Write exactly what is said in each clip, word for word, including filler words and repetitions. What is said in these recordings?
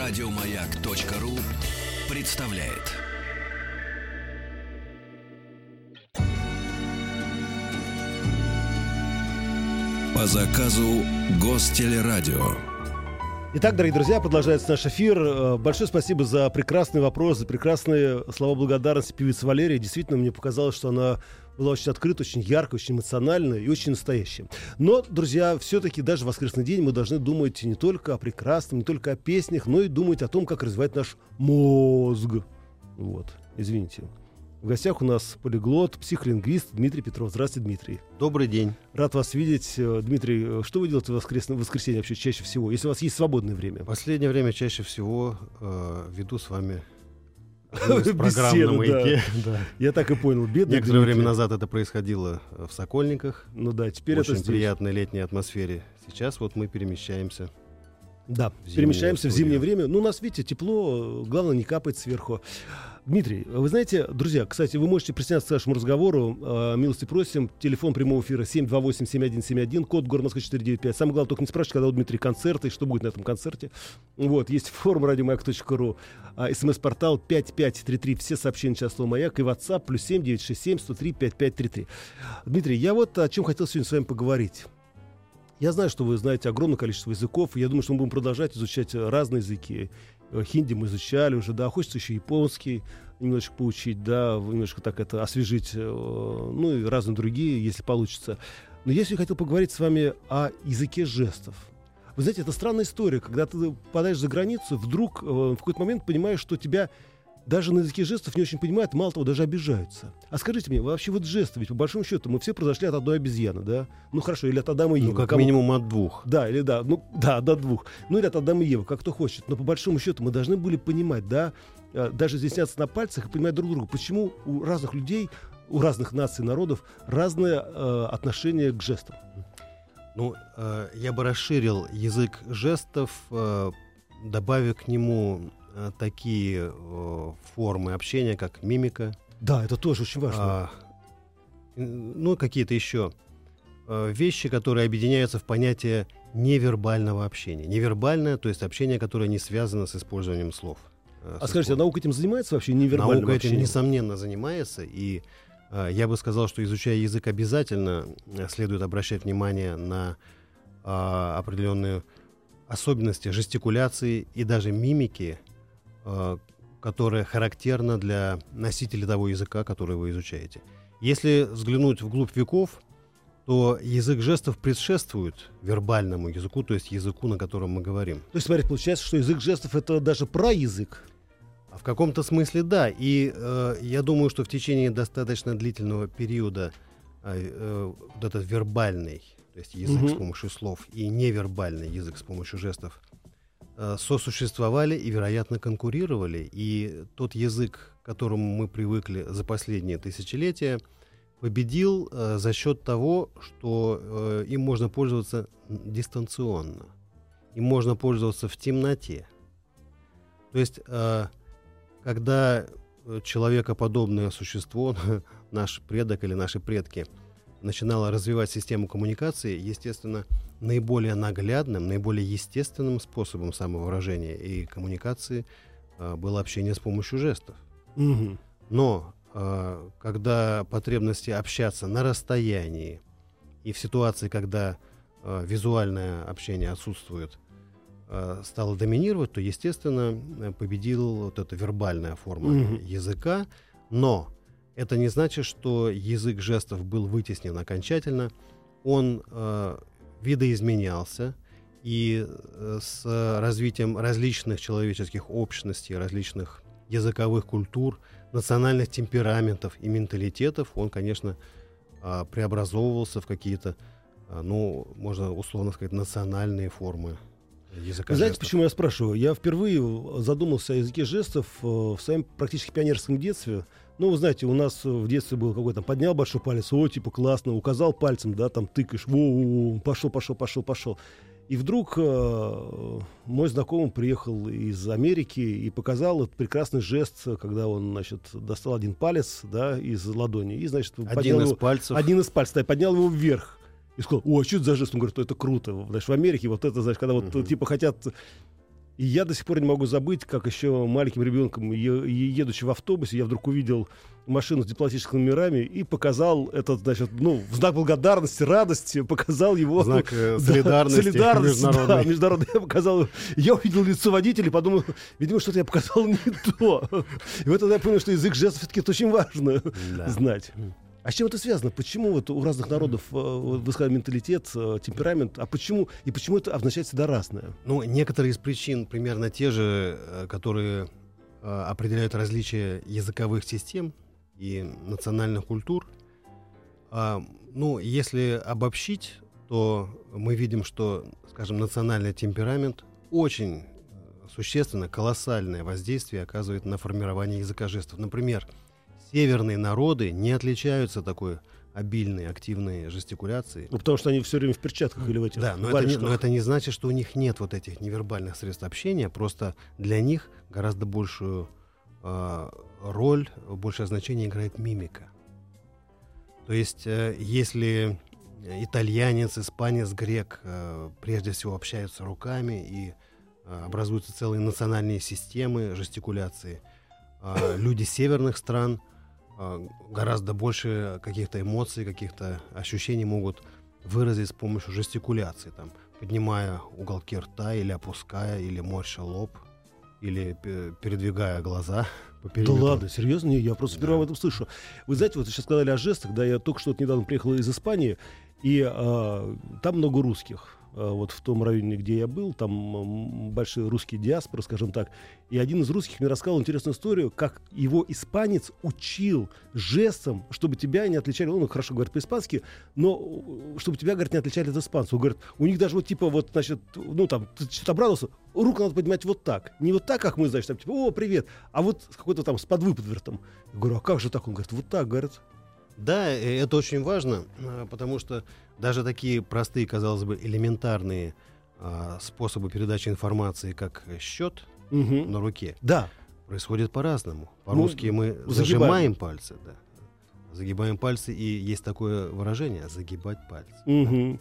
Радиомаяк.ру представляет. По заказу Гостелерадио. Итак, дорогие друзья, продолжается наш эфир. Большое спасибо за прекрасный вопрос, за прекрасные слова благодарности певице Валерии. Действительно, мне показалось, что она была очень открыта, очень яркая, очень эмоциональная и очень настоящая. Но, друзья, все-таки даже в воскресный день мы должны думать не только о прекрасном, не только о песнях, но и думать о том, как развивать наш мозг. Вот, извините. В гостях у нас полиглот, психолингвист Дмитрий Петров. Здравствуйте, Дмитрий. Добрый день. Рад вас видеть. Дмитрий, что вы делаете в воскресное, в воскресенье вообще чаще всего, если у вас есть свободное время? В последнее время чаще всего э, веду с вами программу на Маяке. Я так и понял. Бедный Некоторое время назад это происходило в Сокольниках. Ну да, теперь это в очень здесь. приятной летней атмосфере. Сейчас вот мы перемещаемся. Да, в перемещаемся в студию. зимнее время. Ну, у нас, видите, тепло, главное, не капает сверху. Дмитрий, вы знаете, друзья, кстати, вы можете присоединяться к нашему разговору. Э, милости просим. Телефон прямого эфира семь два восемь семь один семь один, код города Москвы четыре девять пять. Самое главное, только не спрашивайте, когда у Дмитрия концерты и что будет на этом концерте. Вот, есть форум радиомаяк точка ру, э, смс-портал пять пять три три, все сообщения сейчас слово «Маяк», и WhatsApp плюс семь девятьсот шестьдесят семь сто три пятьдесят пять тридцать три. Дмитрий, я вот о чем хотел сегодня с вами поговорить. Я знаю, что вы знаете огромное количество языков, и я думаю, что мы будем продолжать изучать разные языки. Хинди мы изучали уже, да, хочется еще японский немножечко поучить, да, немножко так это освежить, ну и разные другие, если получится. Но я сегодня хотел поговорить с вами о языке жестов. Вы знаете, это странная история, когда ты попадаешь за границу, вдруг в какой-то момент понимаешь, что тебя даже на языке жестов не очень понимают, мало того, даже обижаются. А скажите мне, вообще вот жесты, ведь по большому счету мы все произошли от одной обезьяны, да? Ну хорошо, или от Адама и Евы. Ну, как Кому... минимум от двух. Да, или да, ну да, до двух. Ну или от Адама и Евы, как кто хочет. Но по большому счету мы должны были понимать, да, даже изъясняться на пальцах и понимать друг друга, почему у разных людей, у разных наций, народов разное э, отношение к жестам. Ну, э, я бы расширил язык жестов, э, добавив к нему э, такие э, формы общения, как мимика. Да, это тоже очень важно. А, ну, какие-то еще э, вещи, которые объединяются в понятие невербального общения. Невербальное, то есть общение, которое не связано с использованием слов. Э, а скажите, а наука этим занимается вообще, невербальным Наука общением? этим, несомненно, занимается, и э, я бы сказал, что, изучая язык, обязательно следует обращать внимание на э, определенные особенности жестикуляции и даже мимики, э, которая характерна для носителей того языка, который вы изучаете. Если взглянуть вглубь веков, то язык жестов предшествует вербальному языку, то есть языку, на котором мы говорим. То есть, смотрите, получается, что язык жестов — это даже проязык. В каком-то смысле да. И э, я думаю, что в течение достаточно длительного периода э, э, вот этот вербальный, то есть язык Угу. с помощью слов, и невербальный язык с помощью жестов э, сосуществовали и, вероятно, конкурировали. И тот язык, к которому мы привыкли за последние тысячелетия, победил э, за счет того, что э, им можно пользоваться дистанционно, им можно пользоваться в темноте. То есть, э, когда человекоподобное существо, наш предок или наши предки, начинало развивать систему коммуникации, естественно, наиболее наглядным, наиболее естественным способом самовыражения и коммуникации э, было общение с помощью жестов. Угу. Но э, когда потребности общаться на расстоянии и в ситуации, когда э, визуальное общение отсутствует, э, стало доминировать, то, естественно, победила вот эта вербальная форма Мгм. языка. Но это не значит, что язык жестов был вытеснен окончательно. Он э, видоизменялся, и э, с развитием различных человеческих общностей, различных языковых культур, национальных темпераментов и менталитетов, он, конечно, э, преобразовывался в какие-то, э, ну, можно условно сказать, национальные формы языка Вы знаете, жестов. почему я спрашиваю? Я впервые задумался о языке жестов э, в своем практически пионерском детстве. Ну, вы знаете, у нас в детстве был какой-то, поднял большой палец, о, типа, классно, указал пальцем, да, там, тыкаешь, во-во-во, пошел, пошел, пошел, пошел. И вдруг э, мой знакомый приехал из Америки и показал этот прекрасный жест, когда он, значит, достал один палец, да, из ладони и, значит, Один поднял из его, пальцев. один из пальцев, да, поднял его вверх. И сказал, о, а что это за жест? Он говорит, это круто. Знаешь, в Америке вот это, знаешь, когда вот, Мгм. типа, хотят И я до сих пор не могу забыть, как еще маленьким ребенком, е- едучи в автобусе, я вдруг увидел машину с дипломатическими номерами и показал этот, значит, ну, в знак благодарности, радости, показал его... Знак э, солидарности, да, солидарности международной. Да, международный. Я показал, я увидел лицо водителя и подумал, видимо, что-то я показал не то. И вот тогда я понял, что язык жестов все-таки это очень важно Да. знать. А с чем это связано? Почему вот у разных народов э, вы сказали, менталитет, э, темперамент, а почему и почему это означает всегда разное? Ну, некоторые из причин примерно те же, э, которые э, определяют различия языковых систем и национальных культур. А, ну, если обобщить, то мы видим, что, скажем, национальный темперамент очень существенно, колоссальное воздействие оказывает на формирование языка жестов. Например, северные народы не отличаются такой обильной, активной жестикуляцией. Ну, потому что они все время в перчатках или в этих Да, но это, не, но это не значит, что у них нет вот этих невербальных средств общения, просто для них гораздо большую э, роль, большее значение играет мимика. То есть, э, если итальянец, испанец, грек э, прежде всего общаются руками и э, образуются целые национальные системы жестикуляции, э, люди северных стран э, гораздо больше каких-то эмоций, каких-то ощущений могут выразить с помощью жестикуляции, там, поднимая уголки рта или опуская, или морща лоб, или п- передвигая глаза по Да периметру. ладно, серьезно? Не, я просто впервые об этом слышу. Вы знаете, вот вы сейчас сказали о жестах, да, я только что вот недавно приехал из Испании, и а, там много русских. А, вот в том районе, где я был, там м, большие русские диаспоры, скажем так. И один из русских мне рассказал интересную историю, как его испанец учил жестом, чтобы тебя не отличали, он хорошо говорит по-испански, но э, чтобы тебя, говорит, не отличали от испанцев. Он говорит, у них даже вот типа вот, значит, ну там, ты что-то обрадовался, руку надо поднимать вот так. Не вот так, как мы, значит, там, типа, о, привет, а вот с какой-то там с подвыподвертом. Я говорю, а как же так? Он говорит, вот так, говорит. Да, э, это очень важно, а, потому что даже такие простые, казалось бы, элементарные а, способы передачи информации, как счет Мгм. на руке, Да. происходят по-разному. По-русски Ну, мы загибаем. зажимаем пальцы, да. Загибаем пальцы, и есть такое выражение «загибать пальцы». Мгм.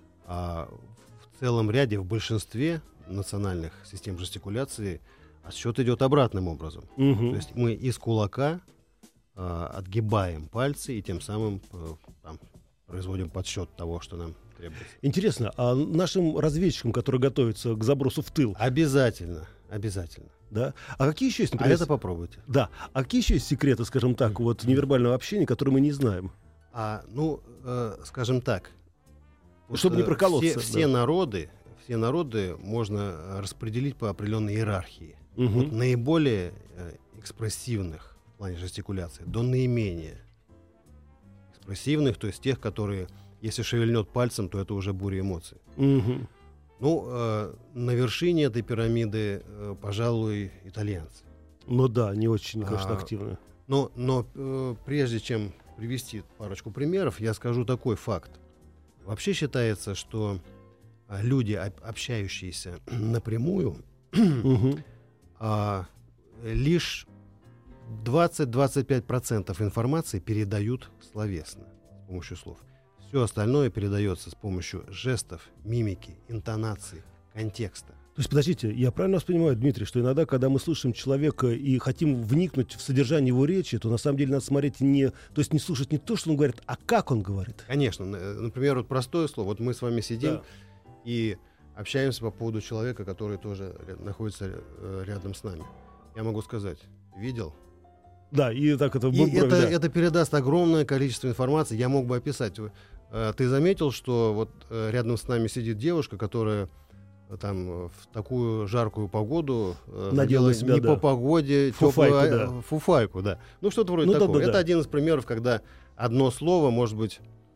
А в целом ряде, в большинстве национальных систем жестикуляции отсчет идет обратным образом. Мгм. То есть мы из кулака а, отгибаем пальцы и тем самым э, там, производим подсчет того, что нам требуется. Интересно, а нашим разведчикам, которые готовятся к забросу в тыл, Обязательно, обязательно. да, а какие еще есть, А например, это попробуйте. да, а какие еще есть секреты, скажем так, вот невербального общения, которые мы не знаем? А, ну, э, скажем так. Чтобы не э, проколоться, Все, да. все народы, все народы можно распределить по определенной иерархии. Мгм. От наиболее э, экспрессивных в плане жестикуляции до наименее экспрессивных, то есть тех, которые, если шевельнет пальцем, то это уже буря эмоций. Мгм. Ну, э, на вершине этой пирамиды, э, пожалуй, итальянцы. Ну да, не очень, конечно, А, активно. Но, но э, прежде чем привести парочку примеров, я скажу такой факт. Вообще считается, что а, люди, об- общающиеся напрямую, Мгм. а, лишь двадцать-двадцать пять процентов информации передают словесно, с помощью слов. Все остальное передается с помощью жестов, мимики, интонации, контекста. То есть, подождите, я правильно вас понимаю, Дмитрий, что иногда, когда мы слушаем человека и хотим вникнуть в содержание его речи, то на самом деле надо смотреть не, то есть не слушать не то, что он говорит, а как он говорит. Конечно, н- например, вот простое слово. Вот мы с вами сидим Да. и общаемся по поводу человека, который тоже ря- находится э, рядом с нами. Я могу сказать, видел? Да, и так это... И брови, это, да. это передаст огромное количество информации. Я мог бы описать. Э, Ты заметил, что вот э, рядом с нами сидит девушка, которая э, там э, в такую жаркую погоду э, Надела на себя, не да. по погоде, Фуфайку, тёплую, да. а, фуфайку, да. Ну что-то вроде Ну, да, такого. да, Это да. один из примеров, когда одно слово, может быть,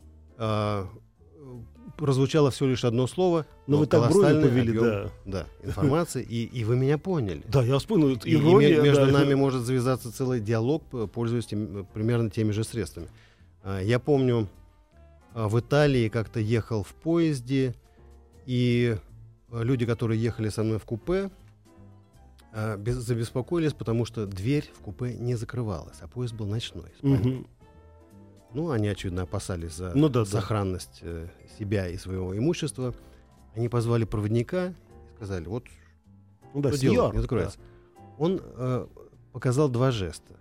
э, прозвучало всего лишь одно слово, Ну, но вы так брови колоссальный повели, объем, да. да, информации, и, и вы меня поняли. Да, я вас понял, это И- и ирония. ме- между да. нами может завязаться целый диалог, п- пользуясь тем- примерно теми же средствами. А, Я помню, а, в Италии как-то ехал в поезде, и а, люди, которые ехали со мной в купе, а, без- забеспокоились, потому что дверь в купе не закрывалась, а поезд был ночной. спальный. Мгм. Ну, они, очевидно, опасались за Ну да, да. сохранность э, себя и своего имущества. Они позвали проводника и сказали, вот Ну да, что сеньор, делать, не откроется. Да. Он э, показал два жеста.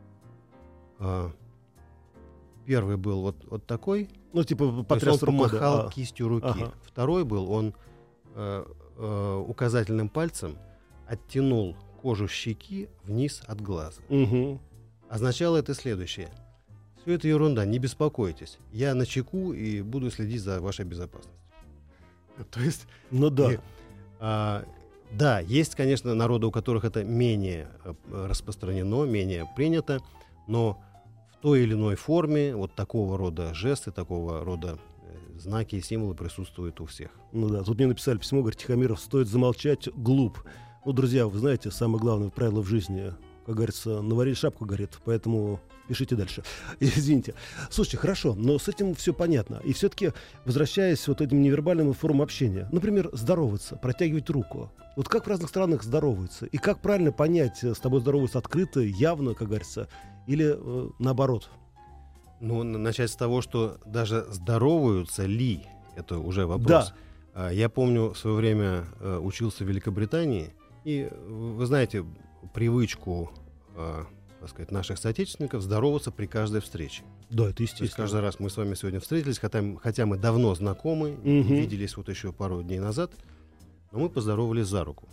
Э, первый был вот, вот такой. Ну, типа, потряс рукой. Он помахал а. кистью руки. Ага. Второй был, он э, э, указательным пальцем оттянул кожу щеки вниз от глаза. Угу. Означало это следующее. Все это ерунда, не беспокойтесь. Я начеку и буду следить за вашей безопасностью. То есть... Ну да. И, а, да, есть, конечно, народы, у которых это менее распространено, менее принято, но в той или иной форме вот такого рода жесты, такого рода знаки и символы присутствуют у всех. Ну да, тут мне написали письмо, говорит, Тихомиров, стоит замолчать, глуп. Ну, друзья, вы знаете, самое главное правило в жизни, как говорится, наварить шапку горит, поэтому пишите дальше. Извините. Слушайте, хорошо, но с этим все понятно. И все-таки, возвращаясь вот этим невербальным формам общения, например, здороваться, протягивать руку. Вот как в разных странах здороваются? И как правильно понять, с тобой здороваются открыто, явно, как говорится, или э, наоборот? Ну, начать с того, что даже здороваются ли, это уже вопрос. Да. Я помню, в свое время учился в Великобритании, и вы знаете привычку, так сказать, наших соотечественников здороваться при каждой встрече. Да, это естественно. То есть каждый раз мы с вами сегодня встретились, хотя, хотя мы давно знакомы, угу. виделись вот еще пару дней назад, но мы поздоровались за руку.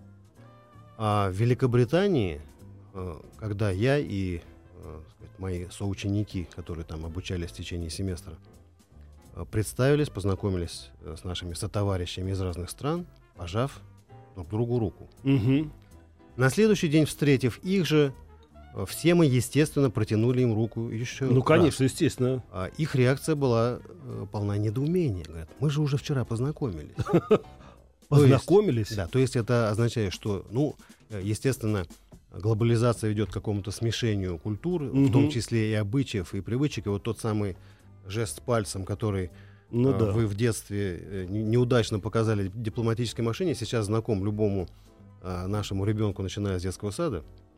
А в Великобритании, когда я и сказать, мои соученики, которые там обучались в течение семестра, представились, познакомились с нашими сотоварищами из разных стран, пожав друг другу руку. Угу. На следующий день, встретив их же, все мы, естественно, протянули им руку еще Ну, раз. конечно, естественно. А их реакция была э, полна недоумения. Говорят, мы же уже вчера познакомились. Познакомились? Да, то есть это означает, что, ну, естественно, глобализация ведет к какому-то смешению культур, в том числе и обычаев, и привычек. И вот тот самый жест пальцем, который ну, э, да. вы в детстве неудачно показали в дипломатической машине, сейчас знаком любому э, нашему ребенку, начиная с детского сада.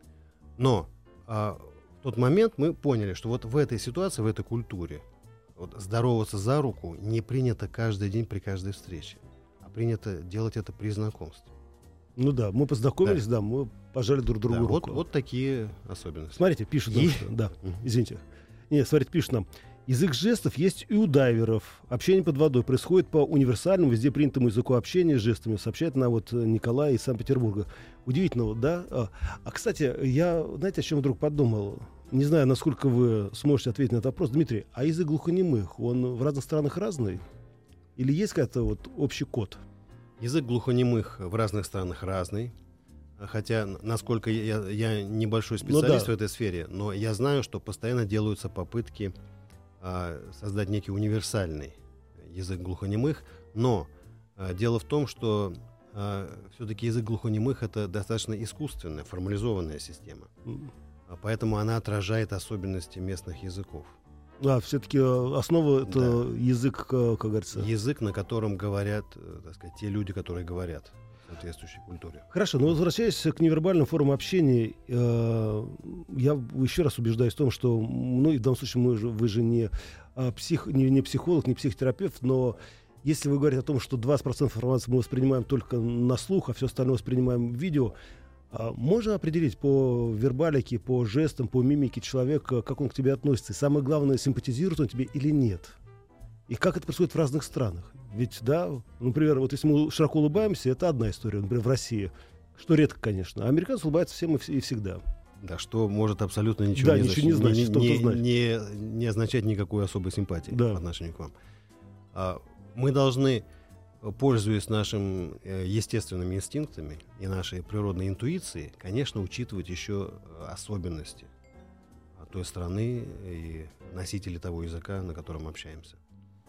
Но а, в тот момент мы поняли, что вот в этой ситуации, в этой культуре вот, здороваться за руку не принято каждый день при каждой встрече, а принято делать это при знакомстве. Ну да, мы познакомились, да, да мы пожали друг другу да, руку. Вот, вот такие особенности. Смотрите, пишут нам, и... что... Да, извините. Нет, смотрите, пишут нам. Язык жестов есть и у дайверов. Общение под водой происходит по универсальному, везде принятому языку общения с жестами. Сообщает нам вот Николай из Санкт-Петербурга. Удивительно, да? А, а, кстати, я, знаете, о чем вдруг подумал? Не знаю, насколько вы сможете ответить на этот вопрос. Дмитрий, а язык глухонемых, он в разных странах разный? Или есть какой-то вот общий код? Язык глухонемых в разных странах разный. Хотя, насколько я, я небольшой специалист ну, да. в этой сфере, но я знаю, что постоянно делаются попытки а, создать некий универсальный язык глухонемых. Но а, дело в том, что а, все-таки язык глухонемых — это достаточно искусственная, формализованная система. Mm. А, поэтому она отражает особенности местных языков. Да, все-таки основа — это да. язык, как говорится. Язык, на котором говорят, так сказать, те люди, которые говорят в соответствующей культуре. Хорошо, но возвращаясь к невербальным формам общения, э, я еще раз убеждаюсь в том, что, ну, и в данном случае мы же, вы же не, а, псих, не, не психолог, не психотерапевт, но если вы говорите о том, что двадцать процентов информации мы воспринимаем только на слух, а все остальное воспринимаем в видео, а можно определить по вербалике, по жестам, по мимике человека, как он к тебе относится? И самое главное, симпатизирует он тебе или нет? И как это происходит в разных странах? Ведь, да, например, вот если мы широко улыбаемся, это одна история, например, в России, что редко, конечно. А американцы улыбаются всем и всегда. Да, что может абсолютно ничего, да, не, ничего не значит, не, не, не, не означать никакой особой симпатии да. по отношению к вам. А, мы должны, пользуясь нашими естественными инстинктами и нашей природной интуицией, конечно, учитывать еще особенности той страны и носителей того языка, на котором общаемся.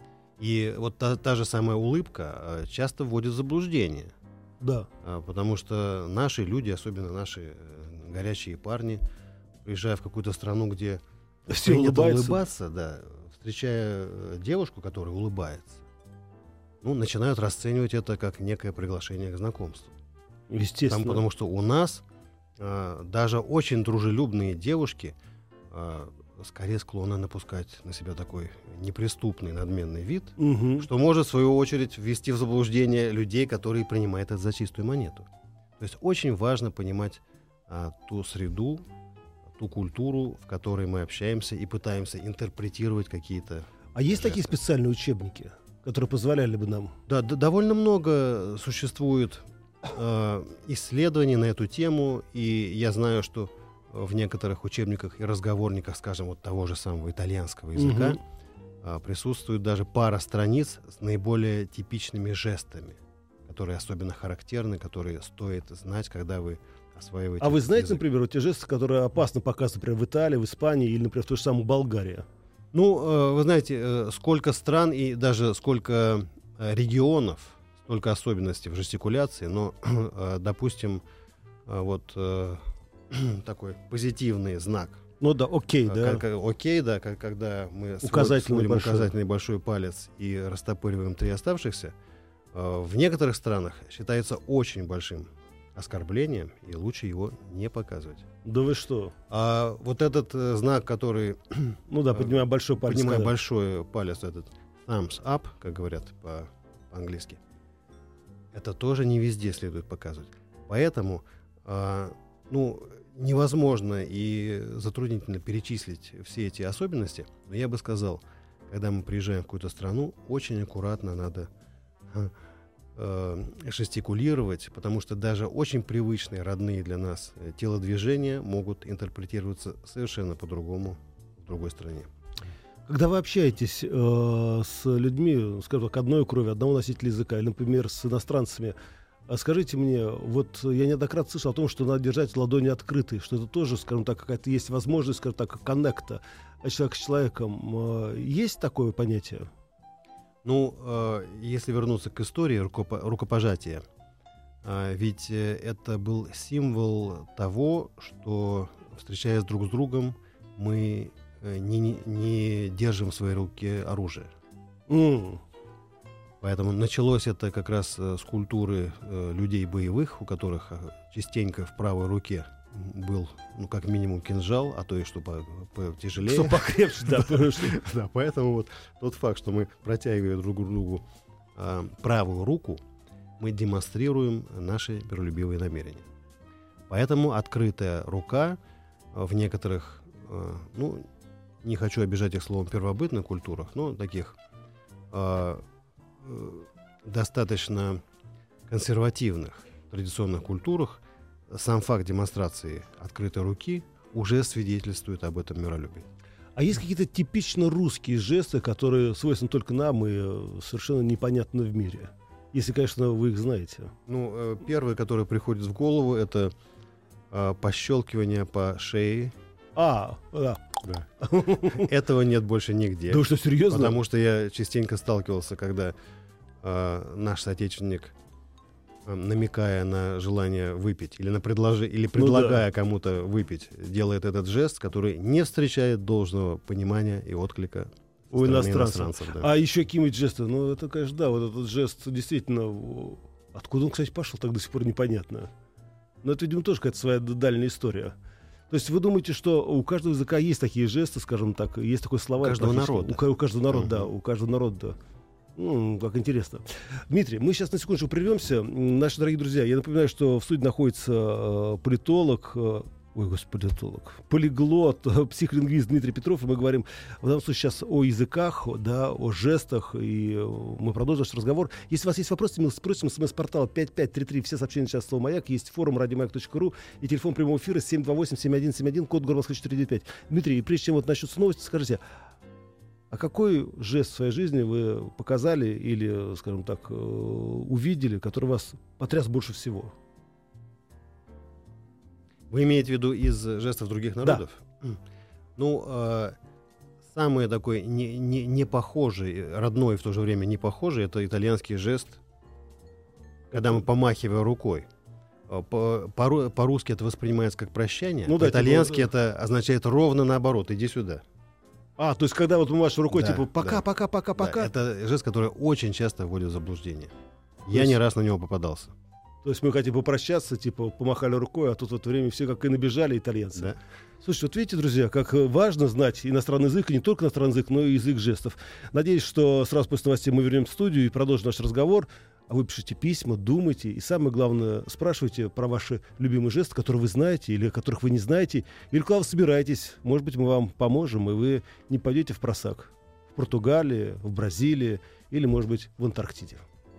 И вот та, та же самая улыбка часто вводит в заблуждение. Да. Потому что наши люди, особенно наши горячие парни, приезжая в какую-то страну, где все принято улыбаются. улыбаться, да, встречая девушку, которая улыбается, ну, начинают расценивать это как некое приглашение к знакомству. Естественно. Там, потому что у нас а, даже очень дружелюбные девушки а, скорее склонны напускать на себя такой неприступный, надменный вид, угу. что может, в свою очередь, ввести в заблуждение людей, которые принимают это за чистую монету. То есть очень важно понимать а, ту среду, ту культуру, в которой мы общаемся и пытаемся интерпретировать какие-то... А есть жесты. такие специальные учебники, которые позволяли бы нам... Да, д- довольно много существует э, исследований на эту тему, и я знаю, что в некоторых учебниках и разговорниках, скажем, вот того же самого итальянского языка, Мгм. э, присутствует даже пара страниц с наиболее типичными жестами, которые особенно характерны, которые стоит знать, когда вы осваиваете А вы этот знаете, язык. например, вот те жесты, которые опасно показывать, например, в Италии, в Испании или, например, в той же самой Болгарии? Ну, э, вы знаете, э, сколько стран и даже сколько э, регионов, столько особенностей в жестикуляции, но, э, допустим, э, вот э, такой позитивный знак. Ну да, окей, Э, да. как- как- окей, да, как- когда мы свод- Указательный сводим большой. указательный большой палец и растопыриваем три оставшихся, э, в некоторых странах считается очень большим оскорблением, и лучше его не показывать. Да вы что? А вот этот э, знак, который Ну да, поднимаю большой палец. поднимая когда- большой палец, этот thumbs up, как говорят по- по-английски, это тоже не везде следует показывать. Поэтому а, ну, невозможно и затруднительно перечислить все эти особенности, но я бы сказал, когда мы приезжаем в какую-то страну, очень аккуратно надо а, э, жестикулировать, потому что даже очень привычные, родные для нас э, телодвижения могут интерпретироваться совершенно по-другому в другой стране. Когда вы общаетесь э, с людьми, скажем так, одной крови, одного носителя языка, или, например, с иностранцами, а скажите мне, вот я неоднократно слышал о том, что надо держать ладони открытой, что это тоже, скажем так, какая-то есть возможность, скажем так, коннекта человека с человеком. Э, есть такое понятие? Ну, э, если вернуться к истории рукопо- рукопожатия, э, ведь э, это был символ того, что, встречаясь друг с другом, мы э, не, не- не держим в своей руке оружие. М. Поэтому началось это как раз э, с культуры э, людей боевых, у которых э, частенько в правой руке был, ну, как минимум, кинжал, а то и что по- потяжелее. Что покрепче, да. потому что- Да, поэтому вот тот факт, что мы, протягивая друг другу а, правую руку, мы демонстрируем наши миролюбивые намерения. Поэтому открытая рука а, в некоторых, а, ну, не хочу обижать их словом первобытных культурах, но таких а, э, достаточно консервативных традиционных культурах сам факт демонстрации открытой руки уже свидетельствует об этом миролюбии. А есть какие-то типично русские жесты, которые свойственны только нам и э, совершенно непонятны в мире? Если, конечно, вы их знаете. Ну, э, первый, который приходит в голову, это э, пощелкивание по шее. А, да. Этого нет больше нигде. Да вы что, серьезно? Потому что я частенько сталкивался, когда э, наш соотечественник, э, намекая на желание выпить или, на предложи, или предлагая кому-то выпить, делает этот жест, который не встречает должного понимания и отклика У стороны иностранцев. иностранцев, да. А еще какие-нибудь жесты? Ну, это, конечно, да, вот этот жест действительно... о, Откуда он, кстати, пошел, так до сих пор непонятно. Но это, видимо, тоже какая-то своя д- дальняя история. То есть вы думаете, что у каждого языка есть такие жесты, скажем так, есть такой словарь? У каждого практически? народа. У, ка- у каждого народа, Мгм. да, у каждого народа, да. Ну, как интересно. Дмитрий, мы сейчас на секундочку прервемся. М, Наши дорогие друзья, я напоминаю, что в студии находится э, политолог, э, ой, господи, политолог, полиглот, э, психолингвист Дмитрий Петров, и мы говорим в данном случае сейчас о языках, да, о жестах, и э, мы продолжим наш разговор. Если у вас есть вопросы, милости просим, смс-портал пять пять три три, все сообщения сейчас слово «Маяк», есть форум радиомаяк точка ру и телефон прямого эфира семь два восемь семь один семь один, код города Москвы четыре девять пять. Дмитрий, прежде чем вот начнутся новости, скажите, а какой жест в своей жизни вы показали или, скажем так, э, увидели, который вас потряс больше всего? Вы имеете в виду из жестов других народов? М. Ну, э, самый такой не, не, не похожий, родной в то же время не похожий, это итальянский жест, когда мы помахиваем рукой. Э, По, по- по-русски это воспринимается как прощание, Ну да, по-итальянски типа, это означает ровно наоборот, иди сюда. А, то есть, когда вот мы машем рукой, Да, типа, пока, да. пока, пока, Да, пока. это жест, который очень часто вводит в заблуждение. Я есть- не раз на него попадался. То есть мы хотим попрощаться, типа, помахали рукой, а тут в это время все как и набежали итальянцы. Да. Слушайте, вот видите, друзья, как э, важно знать иностранный язык, и не только иностранный язык, но и язык жестов. Надеюсь, что сразу после новостей мы вернемся в студию и продолжим наш разговор. а вы пишите письма, думайте и, самое главное, спрашивайте про ваши любимые жесты, которые вы знаете или которых вы не знаете, или куда вы собираетесь. Может быть, мы вам поможем, и вы не пойдете в просак в Португалии, в Бразилии или, может быть, в Антарктиде.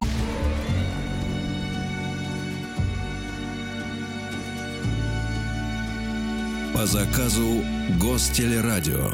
По заказу Гостелерадио.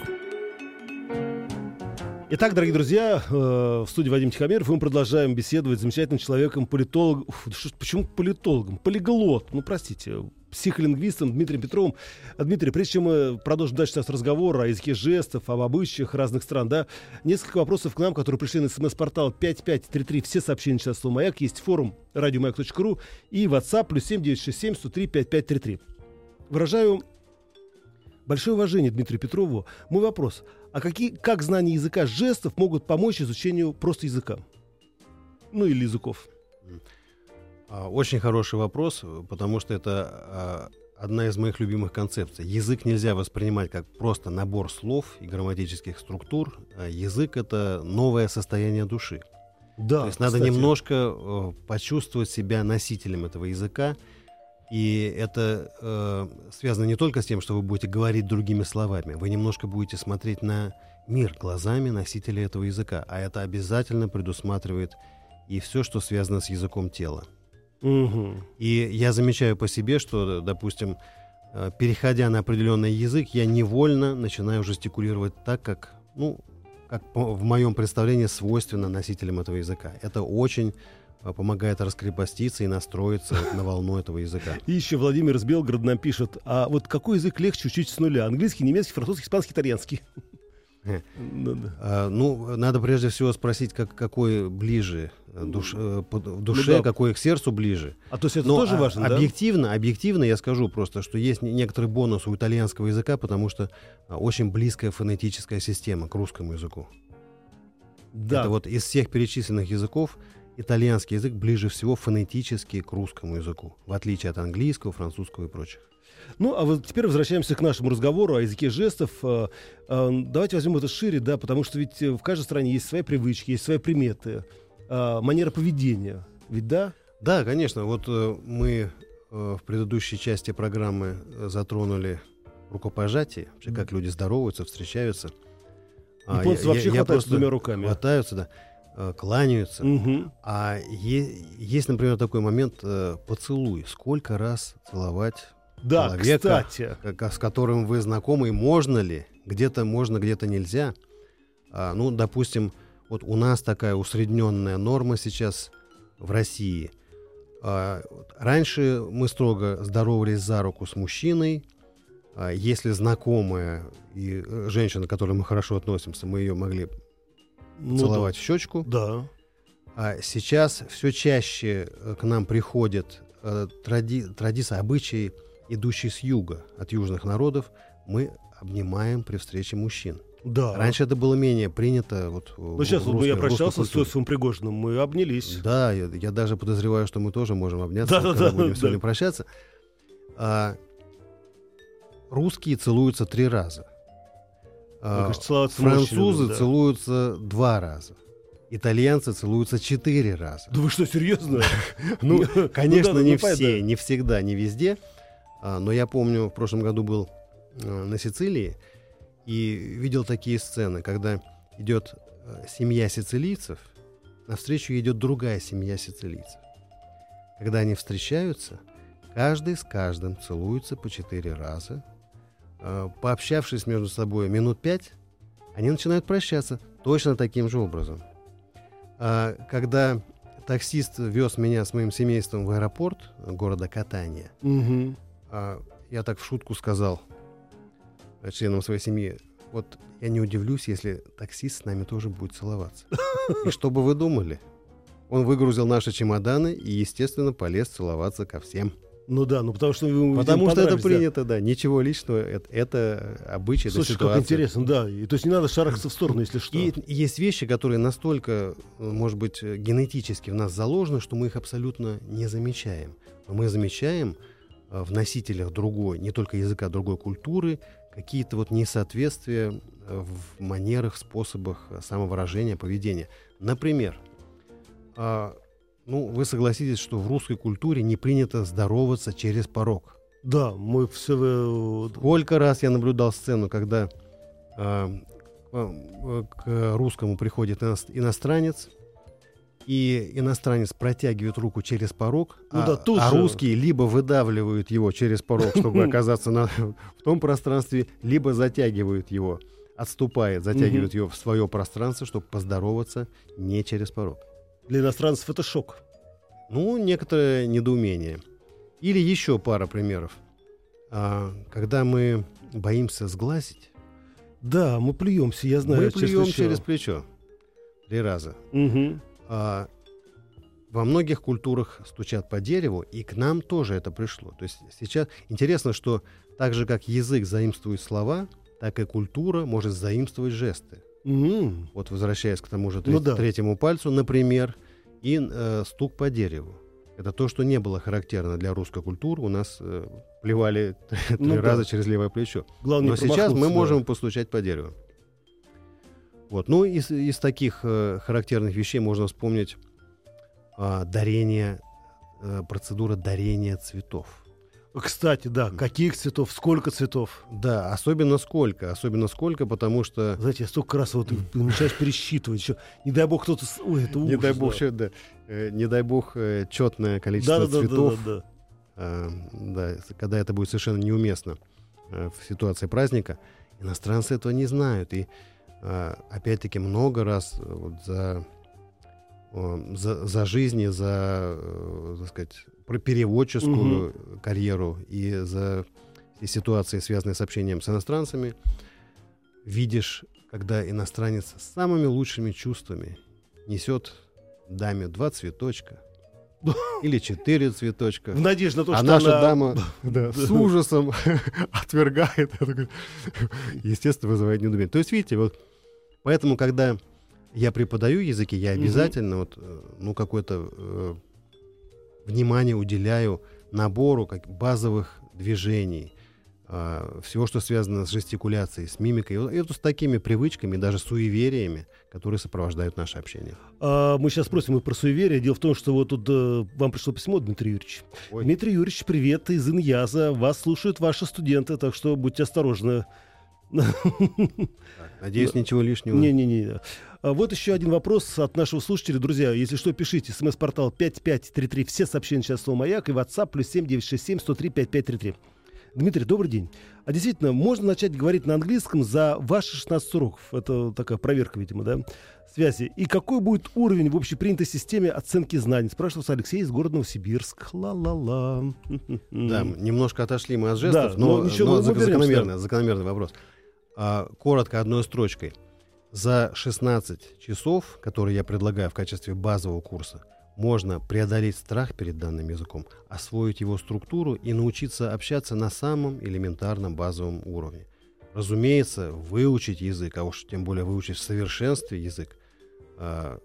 Итак, дорогие друзья, в студии Вадим Тихомиров, и мы продолжаем беседовать с замечательным человеком, политологом, Уф, почему политологом? Полиглот, ну простите, психолингвистом Дмитрием Петровым. Дмитрий, прежде чем мы продолжим дальше сейчас разговор о языке жестов, об обычаях разных стран, да, несколько вопросов к нам, которые пришли на смс-портал пять пять три три, все сообщения сейчас слово «Маяк», есть форум радиомаяк точка ру и WhatsApp плюс семь девятьсот шестьдесят семь сто три пятьдесят пять тридцать три. Выражаю большое уважение Дмитрию Петрову. Мой вопрос. А какие, как знания языка жестов могут помочь изучению просто языка? Ну, или языков? Очень хороший вопрос, потому что это одна из моих любимых концепций. Язык нельзя воспринимать как просто набор слов и грамматических структур. Язык — это новое состояние души. Да, То есть надо кстати. немножко почувствовать себя носителем этого языка. И это э, связано не только с тем, что вы будете говорить другими словами, вы немножко будете смотреть на мир глазами носителя этого языка, а это обязательно предусматривает и все, что связано с языком тела. Угу. И я замечаю по себе, что, допустим, э, переходя на определенный язык, я невольно начинаю жестикулировать так, как, ну, как по, в моем представлении свойственно носителям этого языка. Это очень помогает раскрепоститься и настроиться вот на волну этого языка. И еще Владимир из Белгорода нам пишет, а вот какой язык легче учить с нуля? Английский, немецкий, французский, испанский, итальянский? Ну, надо прежде всего спросить, как, какой ближе душ, в душе, ну, да. какой к сердцу ближе. А то есть это Но тоже важно, объективно, да? Объективно я скажу просто, что есть некоторый бонус у итальянского языка, потому что очень близкая фонетическая система к русскому языку. Да. Это вот из всех перечисленных языков итальянский язык ближе всего фонетически к русскому языку, в отличие от английского, французского и прочих. Ну, а вот теперь возвращаемся к нашему разговору о языке жестов. Давайте возьмем это шире, да, потому что ведь в каждой стране есть свои привычки, есть свои приметы, манера поведения. Ведь да? Да, конечно. Вот мы в предыдущей части программы затронули рукопожатие, вообще, как люди здороваются, встречаются. Японцы я, вообще я, хватаются я двумя руками. Хватаются, да. Кланяются. Угу. А е- есть, например, такой момент э, поцелуй. Сколько раз целовать да, человека, кстати. К- с которым вы знакомы, и можно ли? Где-то можно, где-то нельзя. А, ну, допустим, вот у нас такая усредненная норма сейчас в России. А, вот, раньше мы строго здоровались за руку с мужчиной. А, если знакомая и женщина, к которой мы хорошо относимся, мы ее могли Ну, целовать да. в щечку. Да. А сейчас все чаще к нам приходят э, тради, традиции, обычаи, идущие с юга, от южных народов. Мы обнимаем при встрече мужчин. Да. Раньше это было менее принято. Вот, ну, сейчас в вот русской, я прощался с с Иосифом Пригожиным, мы обнялись. Да, я, я даже подозреваю, что мы тоже можем обняться, да, когда да, будем да, сегодня да. прощаться. А, русские целуются три раза. А, кажется, французы мужчинами, да. целуются два раза. Итальянцы целуются четыре раза. Да вы что, серьезно? Ну, конечно, не да, все, да. не всегда, не везде. А, но я помню, в прошлом году был а, на Сицилии и видел такие сцены, когда идет а, семья сицилийцев, навстречу идет другая семья сицилийцев. Когда они встречаются, каждый с каждым целуется по четыре раза. А, пообщавшись между собой минут пять, они начинают прощаться точно таким же образом. А, когда таксист вез меня с моим семейством в аэропорт города Катания, Угу. а, я так в шутку сказал членам своей семьи: вот я не удивлюсь, если таксист с нами тоже будет целоваться. И что бы вы думали? Он выгрузил наши чемоданы и, естественно, полез целоваться ко всем. Ну да, ну потому что вы Потому что это понравились, принято, да. Ничего личного, это, это обычай, это Слушай, ситуация. как интересно, да. И, то есть не надо шарахаться в сторону, если что. И есть вещи, которые настолько, может быть, генетически в нас заложены, что мы их абсолютно не замечаем. Но мы замечаем в носителях другой, не только языка, другой культуры, какие-то вот несоответствия в манерах, способах самовыражения, поведения. Например, Ну, вы согласитесь, что в русской культуре не принято здороваться через порог. Да, мы все... Сколько раз я наблюдал сцену, когда э, к русскому приходит иностранец, и иностранец протягивает руку через порог, ну, а, да, а русские либо выдавливают его через порог, чтобы оказаться на, в том пространстве, либо затягивают его, отступает, затягивают его в свое пространство, чтобы поздороваться не через порог. Для иностранцев это шок. Ну, некоторое недоумение. Или еще пара примеров. А, когда мы боимся сглазить. Да, мы плюемся, я знаю. Мы плюем через плечо. Три раза. Угу. А, во многих культурах стучат по дереву, и к нам тоже это пришло. То есть сейчас интересно, что так же, как язык заимствует слова, так и культура может заимствовать жесты. Mm. Вот возвращаясь к тому же треть, ну, да. третьему пальцу, например, и э, стук по дереву. Это то, что не было характерно для русской культуры. У нас э, плевали три ну, раза да. через левое плечо. Главное, но сейчас мы можем да. постучать по дереву. Вот. Ну, из, из таких э, характерных вещей можно вспомнить э, дарение, э, процедура дарения цветов. Кстати, да, каких цветов, сколько цветов? Да, особенно сколько, особенно сколько, потому что... Знаете, я столько раз вот ты начинаешь пересчитывать, еще, не дай бог кто-то... Ой, это ужас, не дай бог, да. Что, да, э, не дай бог э, четное количество да, да, цветов, да, да, да. Э, да, когда это будет совершенно неуместно э, в ситуации праздника, иностранцы этого не знают, и э, опять-таки много раз э, вот, за, э, за, за жизнь и за, э, так сказать, про переводческую угу. карьеру и за и ситуации, связанные с общением с иностранцами, видишь, когда иностранец с самыми лучшими чувствами несет даме два цветочка или четыре цветочка. В надежде на то, а что наша она... дама да, с ужасом отвергает. Естественно, вызывает недоумение. То есть, видите, вот поэтому, когда я преподаю языки, я обязательно вот, ну, какой-то э, внимание уделяю набору как, базовых движений, э, всего, что связано с жестикуляцией, с мимикой, и вот с такими привычками, даже суевериями, которые сопровождают наше общение. А, мы сейчас спросим и про суеверие. Дело в том, что вот тут э, вам пришло письмо, Дмитрий Юрьевич. Ой. Дмитрий Юрьевич, привет из Иньяза. Вас слушают ваши студенты, так что будьте осторожны. Так, надеюсь, ничего лишнего. Не-не-не. А вот еще один вопрос от нашего слушателя. Друзья, если что, пишите. СМС-портал пять пять три три. Все сообщения сейчас слово «Маяк». И WhatsApp плюс семь девятьсот шестьдесят семь сто три пятьдесят пять тридцать три. Дмитрий, добрый день. А действительно, можно начать говорить на английском за ваши шестнадцать уроков? Это такая проверка, видимо, да? Связи. И какой будет уровень в общепринятой системе оценки знаний? Спрашивался Алексей из города Новосибирск. Ла-ла-ла. Да, немножко отошли мы от жестов, да, но, но, ничего, но мы закономерный, закономерный вопрос. А, коротко, одной строчкой. За шестнадцать часов, которые я предлагаю в качестве базового курса, можно преодолеть страх перед данным языком, освоить его структуру и научиться общаться на самом элементарном базовом уровне. Разумеется, выучить язык, а уж тем более выучить в совершенстве язык, э,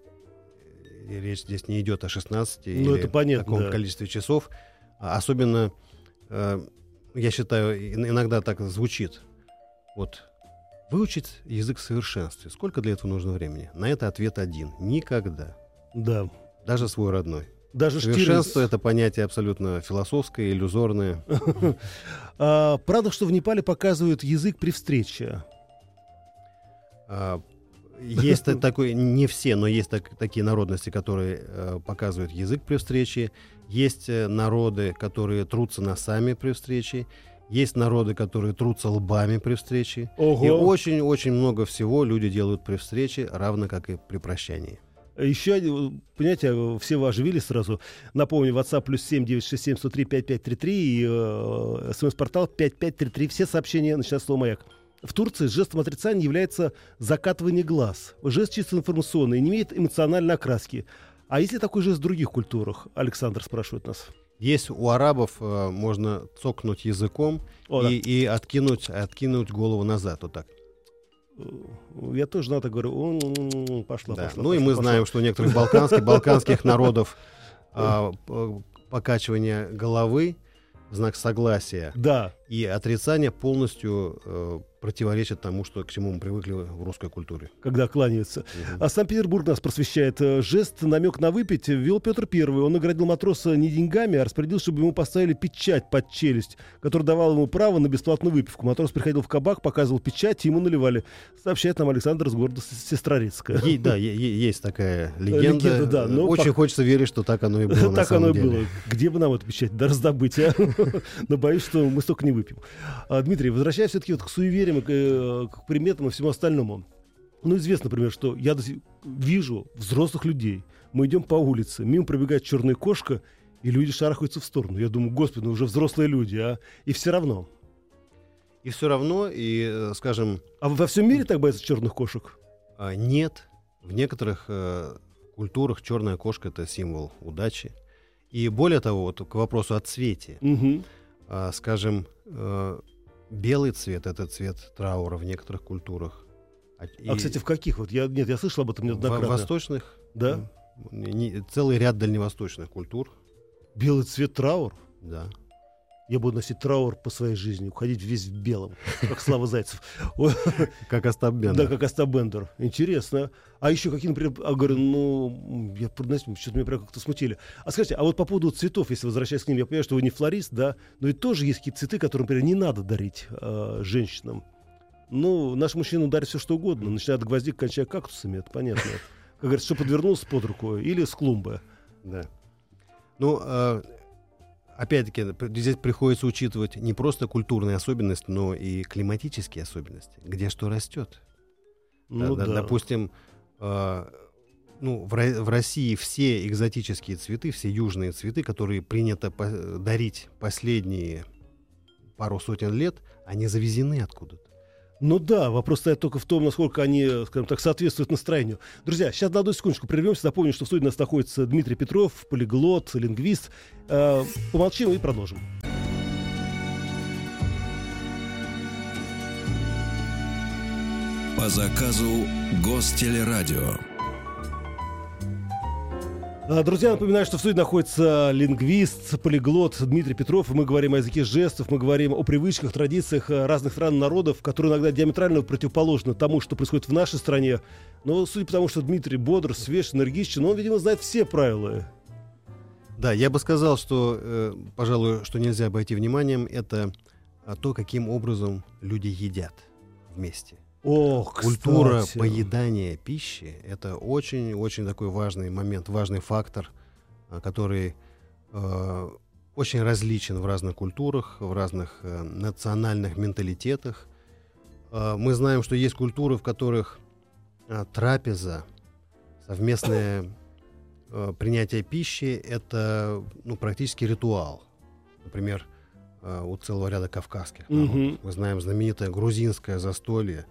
речь здесь не идет о шестнадцати ну, или понятно, таком да. количестве часов. А особенно, э, я считаю, иногда так звучит. Вот, выучить язык в совершенстве. Сколько для этого нужно времени? На это ответ один. Никогда. Да. Даже свой родной. Даже совершенство — это понятие абсолютно философское, иллюзорное. а, правда, что в Непале показывают язык при встрече? А, есть такой, не все, но есть так, такие народности, которые а, показывают язык при встрече. Есть народы, которые трутся носами при встрече. Есть народы, которые трутся лбами при встрече. Ого. И очень-очень много всего люди делают при встрече, равно как и при прощании. Еще, понимаете, все вы оживились сразу. Напомню, WhatsApp плюс семь девятьсот шестьдесят семь сто три пятьдесят пять тридцать три и э, смс-портал пять пять три три. Все сообщения начинают слово «Маяк». В Турции жестом отрицания является закатывание глаз. Жест чисто информационный, не имеет эмоциональной окраски. А есть ли такой жест в других культурах? Александр спрашивает нас. Есть у арабов, э, можно цокнуть языком О, и, да. и откинуть, откинуть голову назад, вот так. Я тоже на это говорю. Пошла, да. пошла. Ну пошла, и мы пошла. знаем, что у некоторых балканских, балканских народов а, покачивание головы в знак согласия да. и отрицание полностью э, противоречит тому, что, к чему мы привыкли в русской культуре. Когда кланяются. Угу. А Санкт-Петербург нас просвещает. Жест, намек на выпить ввел Петр Первый. Он наградил матроса не деньгами, а распорядил, чтобы ему поставили печать под челюсть, которая давала ему право на бесплатную выпивку. Матрос приходил в кабак, показывал печать, и ему наливали. Сообщает нам Александр из города Сестрорецка. Е- да, е- е- есть такая легенда. Легенда, да, но Очень пок- хочется верить, что так оно и было. Так оно и было. Где бы нам эту печать да раздобыть, а? Но боюсь, что мы столько не выпьем. А, Дмитрий, возвращаясь все-таки вот к суевериям, и к, к приметам и всему остальному. Ну, известно, например, что я вижу взрослых людей. Мы идем по улице, мимо пробегает черная кошка, и люди шарахаются в сторону. Я думаю, господи, ну уже взрослые люди, а? И все равно. И все равно, и, скажем... А во всем мире так боятся черных кошек? Нет. В некоторых э, культурах черная кошка — это символ удачи. И более того, вот к вопросу о цвете. Угу. А, скажем, э, белый цвет — это цвет траура в некоторых культурах. А, а кстати, в каких? Вот я, нет, я слышал об этом неоднократно. В восточных, да? Не, целый ряд дальневосточных культур. Белый цвет траур? Да. Я буду носить траур по своей жизни, уходить весь в белом, как Слава Зайцев. Как Остап Бендер. Да, как Остап Бендер. Интересно. А еще какие, например, а, говорю, ну, я, знаете, что-то меня прям как-то смутили. А скажите, а вот по поводу цветов, если возвращаясь к ним, я понимаю, что вы не флорист, да, но ведь тоже есть какие-то цветы, которые, например, не надо дарить э, женщинам. Ну, наш мужчина дарит все, что угодно, начиная от гвоздик, кончая кактусами, это понятно. Как говорится, что подвернулся под руку, или с клумбы. Да. Ну, э, опять-таки, здесь приходится учитывать не просто культурные особенности, но и климатические особенности. Где что растет. Ну, да, да. Допустим, э, ну, в, в России все экзотические цветы, все южные цветы, которые принято по- дарить последние пару сотен лет, они завезены откуда-то. Ну да, вопрос стоит только в том, насколько они, скажем так, соответствуют настроению. Друзья, сейчас на одну секундочку прервемся. Напомню, что в студии у нас находится Дмитрий Петров, полиглот, лингвист. Э, помолчим и продолжим. По заказу Гостелерадио. Друзья, напоминаю, что в студии находится лингвист, полиглот Дмитрий Петров. И мы говорим о языке жестов, мы говорим о привычках, традициях разных стран и народов, которые иногда диаметрально противоположны тому, что происходит в нашей стране. Но судя по тому, что Дмитрий бодр, свеж, энергичен, он, видимо, знает все правила. Да, я бы сказал, что, э, пожалуй, что нельзя обойти вниманием, это то, каким образом люди едят вместе. Ох, Культура кстати. поедания пищи — это очень-очень такой важный момент, важный фактор, который э, очень различен в разных культурах, в разных э, национальных менталитетах. Э, мы знаем, что есть культуры, в которых э, трапеза, совместное э, принятие пищи — это ну, практически ритуал. Например, э, у целого ряда кавказских народов. Мгм. Мы знаем знаменитое грузинское застолье,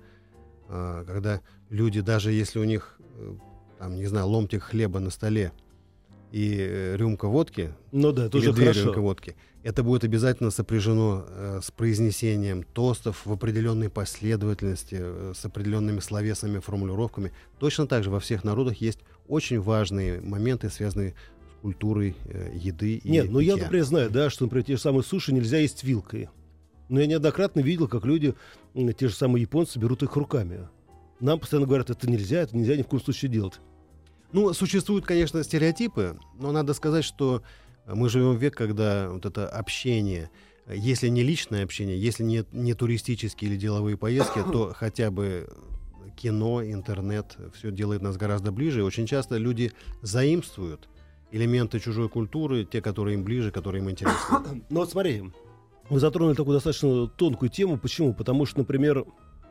когда люди, даже если у них, там, не знаю, ломтик хлеба на столе и э, рюмка водки, Ну да, это или уже две хорошо. рюмки водки, это будет обязательно сопряжено э, с произнесением тостов в определенной последовательности, э, с определенными словесными формулировками. Точно так же во всех народах есть очень важные моменты, связанные с культурой э, еды и Нет, ну я, питья. например, знаю, да, что, например, те же самые суши нельзя есть вилкой. Но я неоднократно видел, как люди, м, те же самые японцы, берут их руками. Нам постоянно говорят, это нельзя, это нельзя ни в коем случае делать. Ну, существуют, конечно, стереотипы, но надо сказать, что мы живем в век, когда вот это общение, если не личное общение, если не, не туристические или деловые поездки, то хотя бы кино, интернет, все делает нас гораздо ближе. И очень часто люди заимствуют элементы чужой культуры, те, которые им ближе, которые им интересны. Ну вот смотри, вы затронули такую достаточно тонкую тему. Почему? Потому что, например,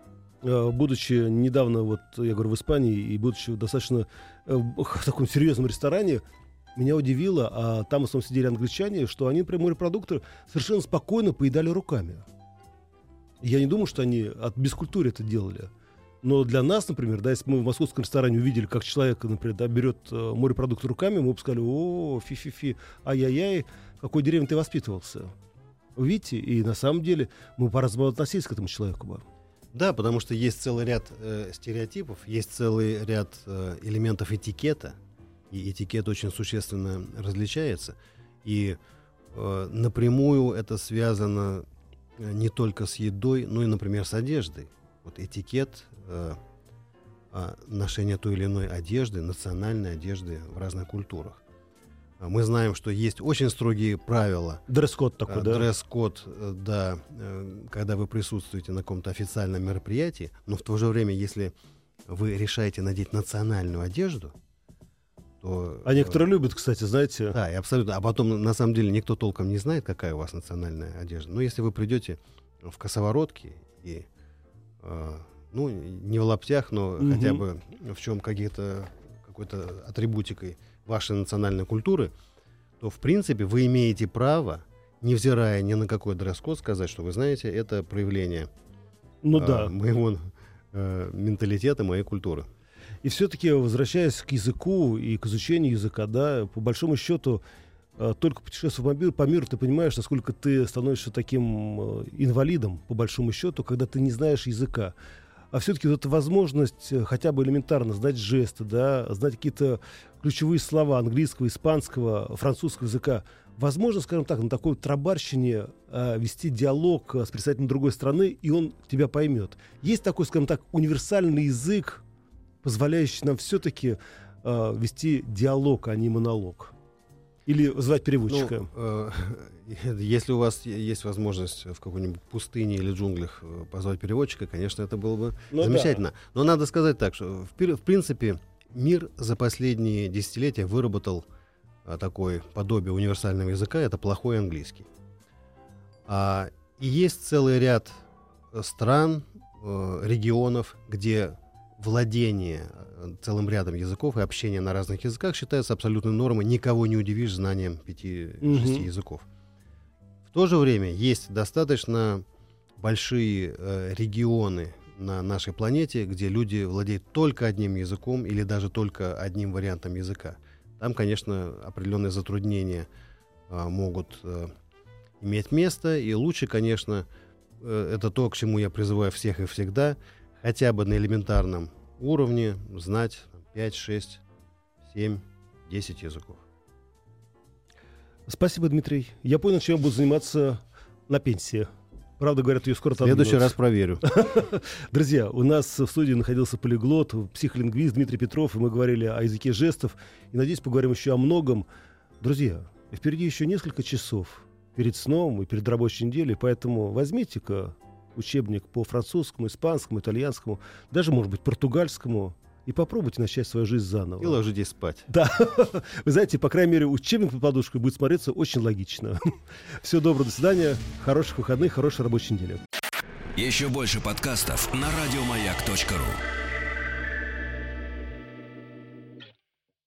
э, будучи недавно, вот я говорю, в Испании, и будучи достаточно э, в таком серьезном ресторане, меня удивило, а там в основном сидели англичане, что они, например, морепродукты совершенно спокойно поедали руками. Я не думаю, что они от бескультуры это делали. Но для нас, например, да, если мы в московском ресторане увидели, как человек, например, да, берет э, морепродукты руками, мы бы сказали: о, фи-фи-фи, ай-яй-яй, в какой деревне ты воспитывался. Видите, и на самом деле мы по-разному относились к этому человеку бы. Да, потому что есть целый ряд э, стереотипов, есть целый ряд э, элементов этикета, и этикет очень существенно различается. И э, напрямую это связано не только с едой, но и, например, с одеждой. вот этикет э, э, ношения той или иной одежды, национальной одежды в разных культурах. Мы знаем, что есть очень строгие правила. Дресс-код такой, э, да? Дресс-код, э, да, э, когда вы присутствуете на каком-то официальном мероприятии, но в то же время, если вы решаете надеть национальную одежду, то... А некоторые любят, кстати, знаете. Да, и абсолютно. А потом, на самом деле, никто толком не знает, какая у вас национальная одежда. Но если вы придете в косоворотке и, э, ну, не в лаптях, но Мгм. хотя бы в чем какие-то, какой-то атрибутикой вашей национальной культуры, то, в принципе, вы имеете право, невзирая ни на какой дресс-код, сказать, что, вы знаете, это проявление Ну э, да. моего э, менталитета, моей культуры. И все-таки, возвращаясь к языку и к изучению языка, да, по большому счету, э, только путешествуя по миру, по миру, ты понимаешь, насколько ты становишься таким э, инвалидом, по большому счету, когда ты не знаешь языка. А все-таки вот эта возможность э, хотя бы элементарно знать жесты, да, знать какие-то ключевые слова английского, испанского, французского языка, возможно, скажем так, на такой тарабарщине э, вести диалог э, с представителем другой страны, и он тебя поймет. Есть такой, скажем так, универсальный язык, позволяющий нам все-таки э, вести диалог, а не монолог. Или звать переводчика. Ну, э, если у вас есть возможность в какой-нибудь пустыне или джунглях э, позвать переводчика, конечно, это было бы Ну замечательно. Но надо сказать так, что в, пер- в принципе мир за последние десятилетия выработал э, такое подобие универсального языка, это плохой английский. А, и есть целый ряд э, стран, э, регионов, где владение э, целым рядом языков и общение на разных языках считается абсолютной нормой. Никого не удивишь знанием пяти-шести Мгм. языков. В то же время есть достаточно большие э, регионы на нашей планете, где люди владеют только одним языком или даже только одним вариантом языка. Там, конечно, определенные затруднения э, могут э, иметь место, и лучше, конечно, э, это то, к чему я призываю всех и всегда, хотя бы на элементарном уровне знать пять, шесть, семь, десять языков. Спасибо, Дмитрий. Я понял, чем я буду заниматься на пенсии. Правда, говорят, ее скоро В следующий раз проверю. Друзья, у нас в студии находился полиглот, психолингвист Дмитрий Петров, и мы говорили о языке жестов. И, надеюсь, поговорим еще о многом. Друзья, впереди еще несколько часов перед сном и перед рабочей неделей, поэтому возьмите-ка учебник по французскому, испанскому, итальянскому, даже, может быть, португальскому, и попробуйте начать свою жизнь заново. И ложитесь спать. Да, вы знаете, по крайней мере, учебник под подушкой будет смотреться очень логично. Всего доброго, до свидания, хороших выходных, хорошей рабочей недели. Еще больше подкастов на радиомаяк точка ру.